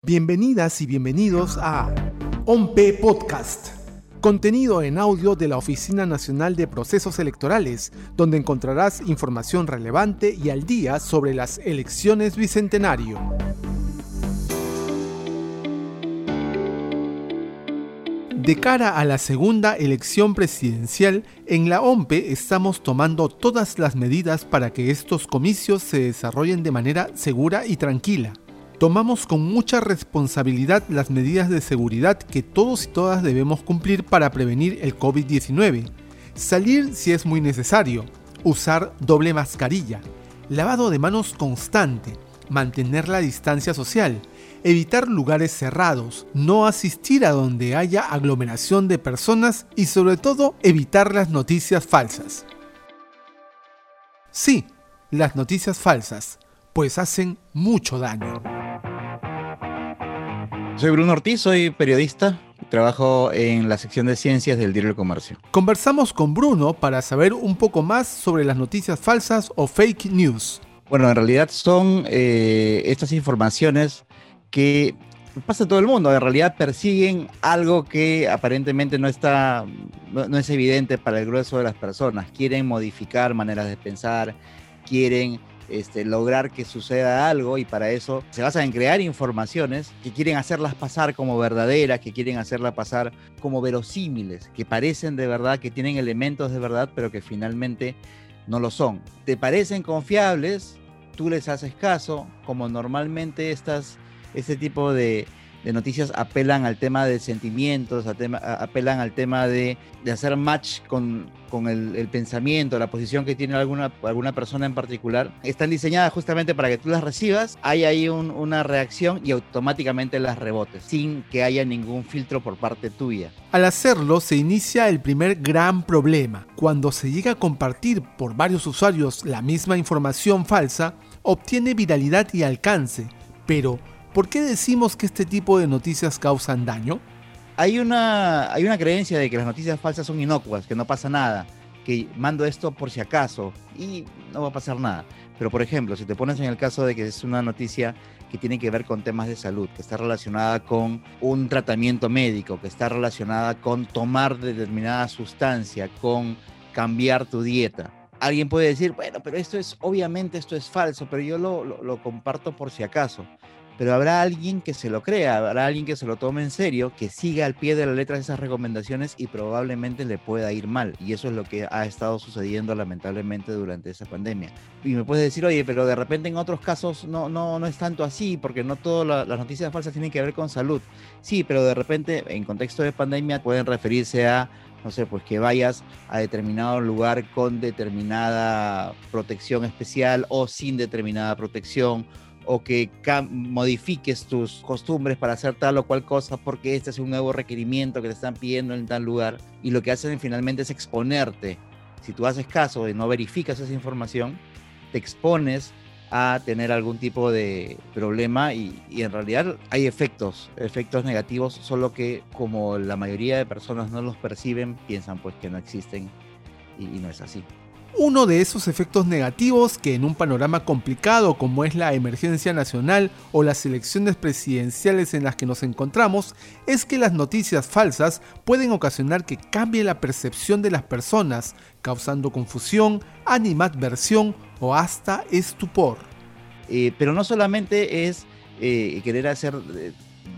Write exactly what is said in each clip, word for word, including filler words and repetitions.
Bienvenidas y bienvenidos a OMPE Podcast, contenido en audio de la Oficina Nacional de Procesos Electorales, donde encontrarás información relevante y al día sobre las elecciones bicentenario. De cara a la segunda elección presidencial, en la OMPE estamos tomando todas las medidas para que estos comicios se desarrollen de manera segura y tranquila. Tomamos con mucha responsabilidad las medidas de seguridad que todos y todas debemos cumplir para prevenir el covid diecinueve. Salir si es muy necesario, usar doble mascarilla, lavado de manos constante, mantener la distancia social, evitar lugares cerrados, no asistir a donde haya aglomeración de personas y sobre todo evitar las noticias falsas. Sí, las noticias falsas, pues hacen mucho daño. Soy Bruno Ortiz, soy periodista y trabajo en la sección de ciencias del Diario El Comercio. Conversamos con Bruno para saber un poco más sobre las noticias falsas o fake news. Bueno, en realidad son eh, estas informaciones que pasa en todo el mundo. En realidad persiguen algo que aparentemente no está, no, no es evidente para el grueso de las personas. Quieren modificar maneras de pensar, quieren Este, lograr que suceda algo y para eso se basa en crear informaciones que quieren hacerlas pasar como verdaderas, que quieren hacerlas pasar como verosímiles, que parecen de verdad, que tienen elementos de verdad, pero que finalmente no lo son. Te parecen confiables, tú les haces caso, como normalmente estas, este tipo de, de noticias apelan al tema de sentimientos, a tema, a, apelan al tema de, de hacer match con, con el, el pensamiento, la posición que tiene alguna, alguna persona en particular. Están diseñadas justamente para que tú las recibas, hay ahí un, una reacción y automáticamente las rebotes, sin que haya ningún filtro por parte tuya. Al hacerlo se inicia el primer gran problema. Cuando se llega a compartir por varios usuarios la misma información falsa, obtiene viralidad y alcance, pero ¿por qué decimos que este tipo de noticias causan daño? Hay una, hay una creencia de que las noticias falsas son inocuas, que no pasa nada, que mando esto por si acaso y no va a pasar nada. Pero, por ejemplo, si te pones en el caso de que es una noticia que tiene que ver con temas de salud, que está relacionada con un tratamiento médico, que está relacionada con tomar determinada sustancia, con cambiar tu dieta. Alguien puede decir, bueno, pero esto es, obviamente esto es falso, pero yo lo, lo, lo comparto por si acaso. Pero habrá alguien que se lo crea, habrá alguien que se lo tome en serio, que siga al pie de la letra esas recomendaciones y probablemente le pueda ir mal. Y eso es lo que ha estado sucediendo lamentablemente durante esa pandemia. Y me puedes decir, oye, pero de repente en otros casos no, no, no es tanto así, porque no todas la, las noticias falsas tienen que ver con salud. Sí, pero de repente en contexto de pandemia pueden referirse a, no sé, pues que vayas a determinado lugar con determinada protección especial o sin determinada protección, o que cam- modifiques tus costumbres para hacer tal o cual cosa porque este es un nuevo requerimiento que te están pidiendo en tal lugar, y lo que hacen finalmente es exponerte. Si tú haces caso y no verificas esa información, te expones a tener algún tipo de problema y, y en realidad hay efectos, efectos negativos, solo que como la mayoría de personas no los perciben, piensan pues que no existen y, y no es así. Uno de esos efectos negativos que en un panorama complicado como es la emergencia nacional o las elecciones presidenciales en las que nos encontramos es que las noticias falsas pueden ocasionar que cambie la percepción de las personas, causando confusión, animadversión o hasta estupor. Eh, pero no solamente es eh, querer hacer eh,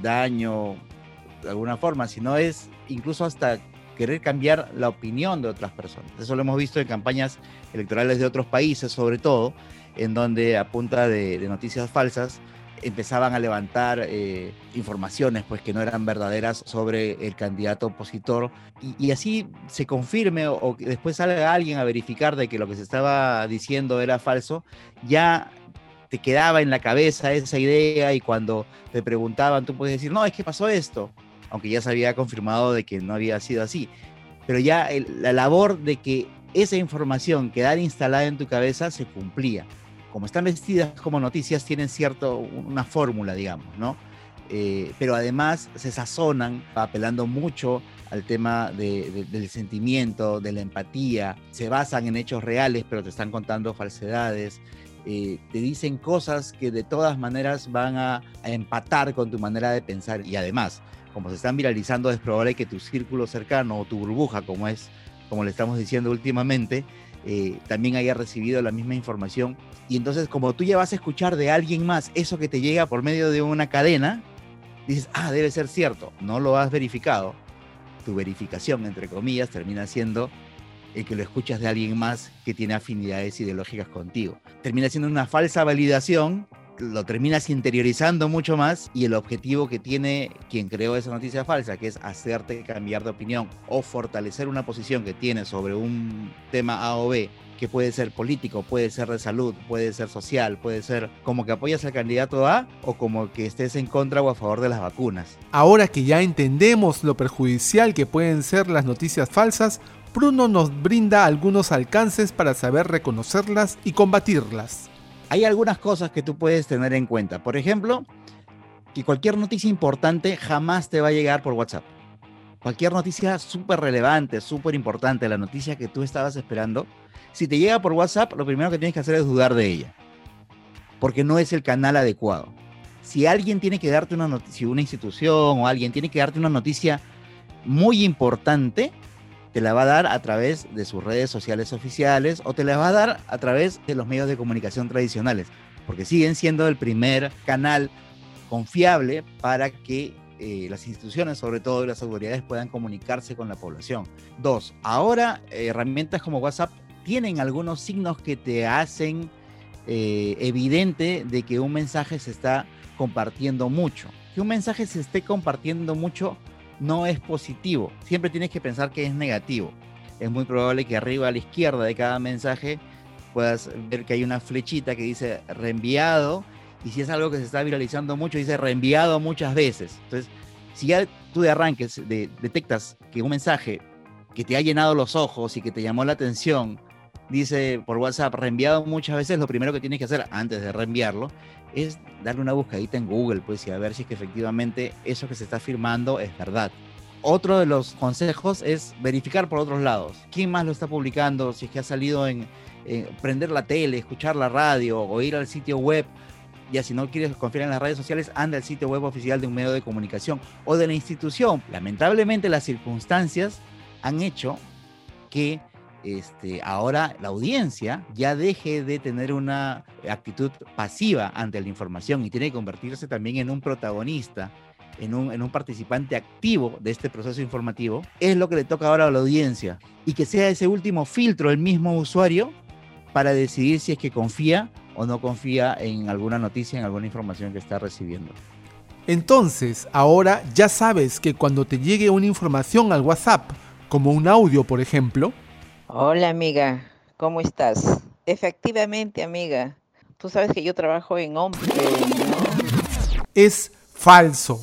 daño de alguna forma, sino es incluso hasta querer cambiar la opinión de otras personas. Eso lo hemos visto en campañas electorales de otros países, sobre todo, en donde a punta de, de noticias falsas empezaban a levantar eh, informaciones pues, que no eran verdaderas sobre el candidato opositor, y, y así se confirme o, o que después salga alguien a verificar de que lo que se estaba diciendo era falso, ya te quedaba en la cabeza esa idea, y cuando te preguntaban tú puedes decir, no, es que pasó esto, aunque ya se había confirmado de que no había sido así. Pero ya el, la labor de que esa información quedara instalada en tu cabeza se cumplía. Como están vestidas como noticias, tienen cierto, una fórmula, digamos, ¿no? Eh, pero además se sazonan apelando mucho al tema de, de, del sentimiento, de la empatía. Se basan en hechos reales, pero te están contando falsedades. eh, te dicen cosas que de todas maneras van a, a empatar con tu manera de pensar. Y además, como se están viralizando, es probable que tu círculo cercano o tu burbuja, como es, como le estamos diciendo últimamente, eh, también haya recibido la misma información. Y entonces, como tú ya vas a escuchar de alguien más eso que te llega por medio de una cadena, dices, ah, debe ser cierto, no lo has verificado. Tu verificación, entre comillas, termina siendo el que lo escuchas de alguien más que tiene afinidades ideológicas contigo. Termina siendo una falsa validación, lo terminas interiorizando mucho más, y el objetivo que tiene quien creó esa noticia falsa, que es hacerte cambiar de opinión o fortalecer una posición que tienes sobre un tema A o B, que puede ser político, puede ser de salud, puede ser social, puede ser como que apoyas al candidato A o como que estés en contra o a favor de las vacunas. Ahora que ya entendemos lo perjudicial que pueden ser las noticias falsas, Bruno nos brinda algunos alcances para saber reconocerlas y combatirlas. Hay algunas cosas que tú puedes tener en cuenta. Por ejemplo, que cualquier noticia importante jamás te va a llegar por WhatsApp. Cualquier noticia súper relevante, súper importante, la noticia que tú estabas esperando, si te llega por WhatsApp, lo primero que tienes que hacer es dudar de ella, porque no es el canal adecuado. Si alguien tiene que darte una noticia, una institución o alguien tiene que darte una noticia muy importante, te la va a dar a través de sus redes sociales oficiales o te la va a dar a través de los medios de comunicación tradicionales, porque siguen siendo el primer canal confiable para que eh, las instituciones, sobre todo las autoridades, puedan comunicarse con la población. Dos, ahora eh, herramientas como WhatsApp tienen algunos signos que te hacen eh, evidente de que un mensaje se está compartiendo mucho. Que un mensaje se esté compartiendo mucho no es positivo. Siempre tienes que pensar que es negativo. Es muy probable que arriba a la izquierda de cada mensaje puedas ver que hay una flechita que dice reenviado, y si es algo que se está viralizando mucho, dice reenviado muchas veces. Entonces, si ya tú de arranques de, detectas que un mensaje que te ha llenado los ojos y que te llamó la atención dice por WhatsApp reenviado muchas veces, lo primero que tienes que hacer antes de reenviarlo es darle una buscadita en Google, pues, y a ver si es que efectivamente eso que se está firmando es verdad. Otro de los consejos es verificar por otros lados. ¿Quién más lo está publicando? Si es que ha salido en, en prender la tele, escuchar la radio o ir al sitio web. Ya si no quieres confiar en las redes sociales, anda al sitio web oficial de un medio de comunicación o de la institución. Lamentablemente las circunstancias han hecho que Este, ahora la audiencia ya deje de tener una actitud pasiva ante la información y tiene que convertirse también en un protagonista, en un, en un participante activo de este proceso informativo. Es lo que le toca ahora a la audiencia, y que sea ese último filtro el mismo usuario para decidir si es que confía o no confía en alguna noticia, en alguna información que está recibiendo. Entonces, ahora ya sabes que cuando te llegue una información al WhatsApp, como un audio por ejemplo. Hola amiga, ¿cómo estás? Efectivamente amiga, tú sabes que yo trabajo en OMPE, ¿no? Es falso.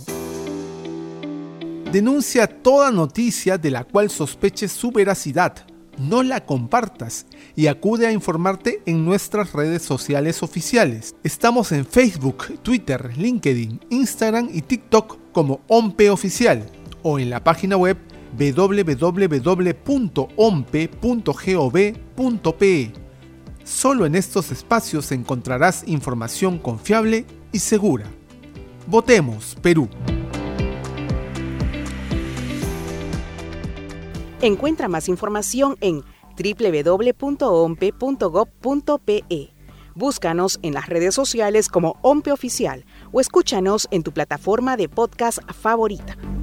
Denuncia toda noticia de la cual sospeches su veracidad, no la compartas y acude a informarte en nuestras redes sociales oficiales. Estamos en Facebook, Twitter, LinkedIn, Instagram y TikTok como OMPE Oficial, o en la página web doble u doble u doble u punto ompe punto gov punto pe. Solo en estos espacios encontrarás información confiable y segura. Votemos Perú. Encuentra más información en doble u doble u doble u punto ompe punto gov punto pe. Búscanos en las redes sociales como OMPE Oficial o escúchanos en tu plataforma de podcast favorita.